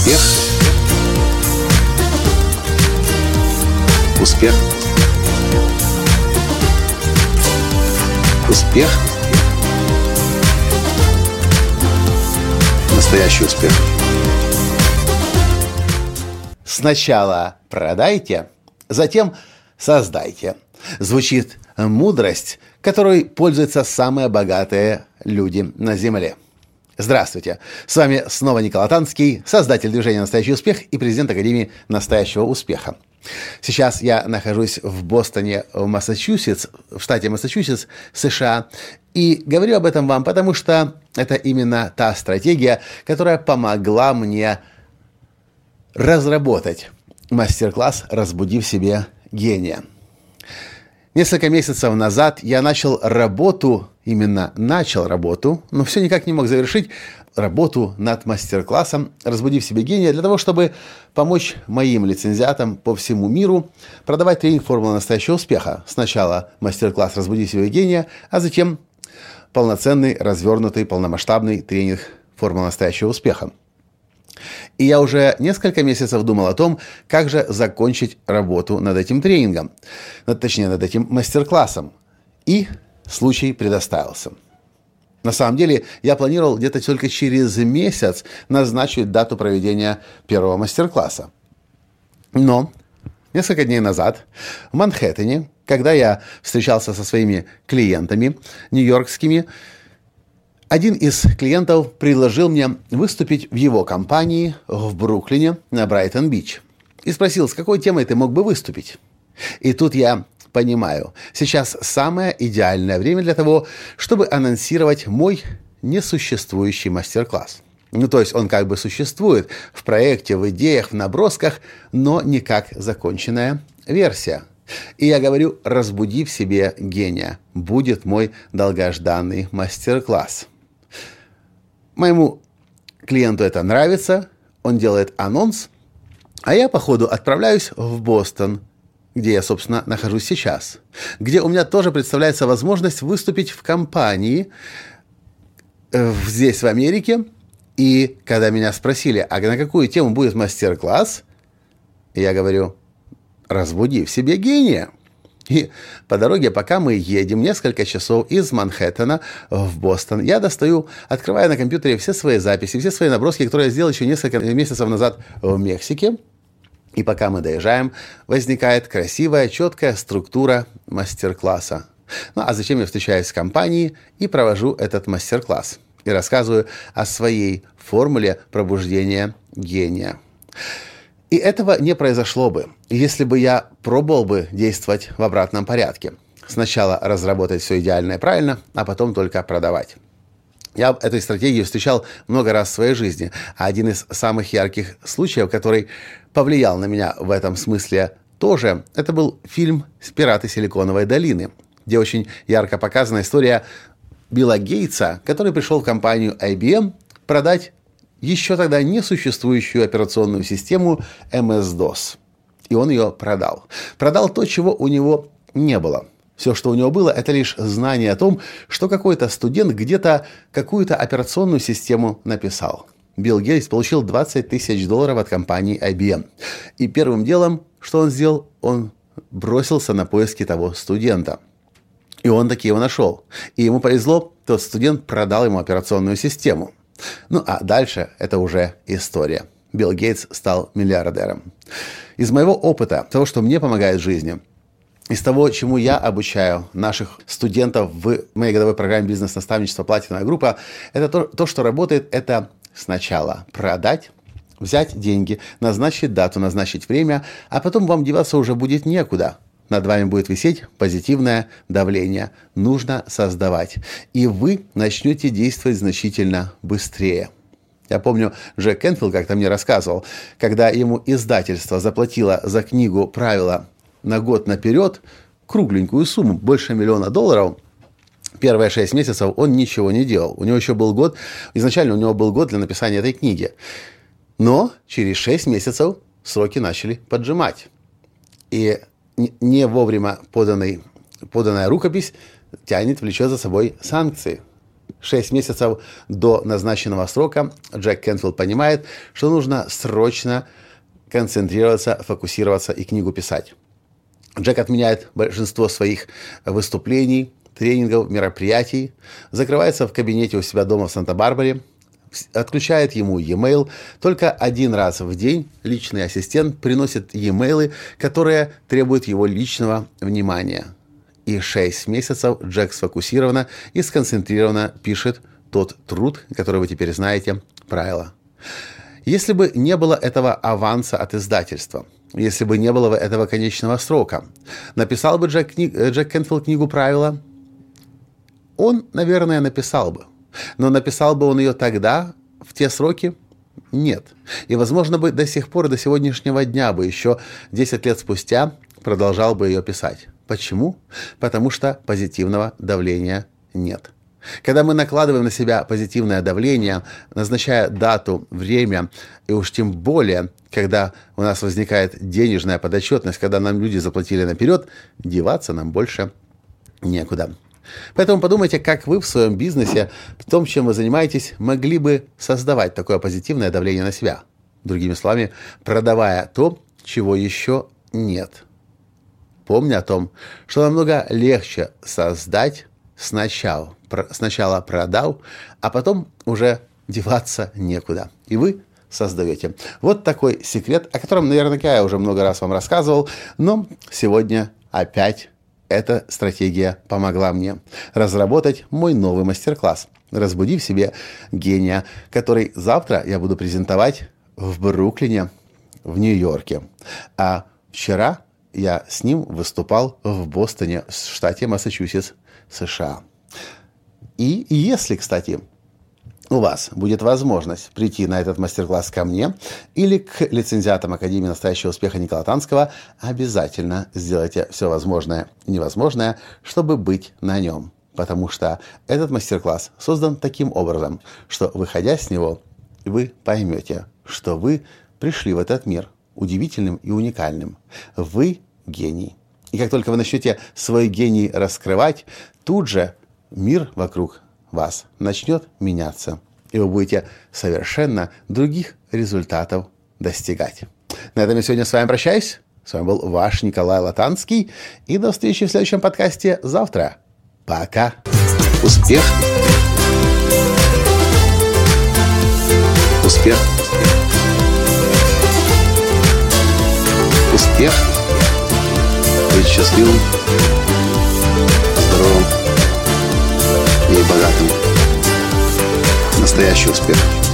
Успех. Успех. Успех. Настоящий успех. Сначала продайте, затем создайте. Звучит мудрость, которой пользуются самые богатые люди на Земле. Здравствуйте! С вами снова Николай Танский, создатель движения «Настоящий успех» и президент Академии «Настоящего успеха». Сейчас я нахожусь в Бостоне, в штате Массачусетс, США, и говорю об этом вам, потому что это именно та стратегия, которая помогла мне разработать мастер-класс «Разбуди в себе гения». Несколько месяцев назад я начал работу, но все никак не мог завершить работу над мастер-классом «Разбуди в себе гения» для того, чтобы помочь моим лицензиатам по всему миру продавать тренинг «Формула настоящего успеха». Сначала мастер-класс «Разбуди в себе гения», а затем полноценный, развернутый, полномасштабный тренинг «Формула настоящего успеха». И я уже несколько месяцев думал о том, как же закончить работу над этим тренингом, над этим мастер-классом. И случай предоставился. На самом деле, я планировал где-то только через месяц назначить дату проведения первого мастер-класса. Но несколько дней назад в Манхэттене, когда я встречался со своими клиентами нью-йоркскими, один из клиентов предложил мне выступить в его компании в Бруклине на Брайтон-Бич. И спросил, с какой темой ты мог бы выступить. И тут я понимаю, сейчас самое идеальное время для того, чтобы анонсировать мой несуществующий мастер-класс. То есть он как бы существует в проекте, в идеях, в набросках, но не как законченная версия. И я говорю, разбуди в себе гения. Будет мой долгожданный мастер-класс. Моему клиенту это нравится, он делает анонс, а я по ходу отправляюсь в Бостон, где я, собственно, нахожусь сейчас, где у меня тоже представляется возможность выступить в компании здесь, в Америке. И когда меня спросили, а на какую тему будет мастер-класс, я говорю, разбуди в себе гения. И по дороге, пока мы едем несколько часов из Манхэттена в Бостон, я открываю на компьютере все свои записи, все свои наброски, которые я сделал еще несколько месяцев назад в Мексике. И пока мы доезжаем, возникает красивая, четкая структура мастер-класса. А затем я встречаюсь с компанией и провожу этот мастер-класс. И рассказываю о своей формуле пробуждения гения. И этого не произошло бы, если бы я пробовал бы действовать в обратном порядке. Сначала разработать все идеально и правильно, а потом только продавать. Я эту стратегию встречал много раз в своей жизни. А один из самых ярких случаев, который повлиял на меня в этом смысле тоже, это был фильм «Пираты Силиконовой долины», где очень ярко показана история Билла Гейтса, который пришел в компанию IBM продать еще тогда несуществующую операционную систему MS-DOS. И он ее продал. Продал то, чего у него не было. Все, что у него было, это лишь знание о том, что какой-то студент где-то какую-то операционную систему написал. Билл Гейтс получил $20 тысяч от компании IBM. И первым делом, что он сделал, он бросился на поиски того студента. И он таки его нашел. И ему повезло, тот студент продал ему операционную систему. А дальше это уже история. Билл Гейтс стал миллиардером. Из моего опыта, того, что мне помогает в жизни, из того, чему я обучаю наших студентов в моей годовой программе «Бизнес-наставничество. Платиновая группа», это то, что работает, это сначала продать, взять деньги, назначить дату, назначить время, а потом вам деваться уже будет некуда. Над вами будет висеть позитивное давление. Нужно создавать. И вы начнете действовать значительно быстрее. Я помню, Джек Кенфилд как-то мне рассказывал, когда ему издательство заплатило за книгу «Правила» на год наперед кругленькую сумму, больше $1 миллиона, первые 6 месяцев он ничего не делал. У него еще был год, изначально у него был год для написания этой книги. Но через 6 месяцев сроки начали поджимать. И не вовремя поданная рукопись влечет за собой санкции. 6 месяцев до назначенного срока Джек Кенфилд понимает, что нужно срочно концентрироваться, фокусироваться и книгу писать. Джек отменяет большинство своих выступлений, тренингов, мероприятий, закрывается в кабинете у себя дома в Санта-Барбаре, отключает ему e-mail. Только один раз в день личный ассистент приносит e-mailы, которые требуют его личного внимания. И 6 месяцев Джек сфокусированно и сконцентрированно пишет тот труд, который вы теперь знаете, правила. Если бы не было этого аванса от издательства, если бы не было этого конечного срока, написал бы Джек Кенфилд книгу «Правила»? Он, наверное, написал бы. Но написал бы он ее тогда, в те сроки? Нет. И, возможно, бы до сих пор, до сегодняшнего дня бы еще 10 лет спустя продолжал бы ее писать. Почему? Потому что позитивного давления нет. Когда мы накладываем на себя позитивное давление, назначая дату, время, и уж тем более, когда у нас возникает денежная подотчетность, когда нам люди заплатили наперед, деваться нам больше некуда. Поэтому подумайте, как вы в своем бизнесе, в том, чем вы занимаетесь, могли бы создавать такое позитивное давление на себя. Другими словами, продавая то, чего еще нет. Помня о том, что намного легче создать сначала продал, а потом уже деваться некуда. И вы создаете. Вот такой секрет, о котором наверняка я уже много раз вам рассказывал, но сегодня опять эта стратегия помогла мне разработать мой новый мастер-класс «Разбуди в себе гения», который завтра я буду презентовать в Бруклине, в Нью-Йорке. А вчера я с ним выступал в Бостоне, в штате Массачусетс, США. И если, кстати, у вас будет возможность прийти на этот мастер-класс ко мне или к лицензиатам Академии настоящего успеха Николая Танского, обязательно сделайте все возможное и невозможное, чтобы быть на нем. Потому что этот мастер-класс создан таким образом, что, выходя с него, вы поймете, что вы пришли в этот мир удивительным и уникальным. Вы гений. И как только вы начнете свой гений раскрывать, тут же мир вокруг вас начнет меняться, и вы будете совершенно других результатов достигать. На этом я сегодня с вами прощаюсь. С вами был ваш Николай Латанский, и до встречи в следующем подкасте завтра. Пока. Успех. Успех. Успех. Быть счастливым, здоровым и богатым. Настоящий успех.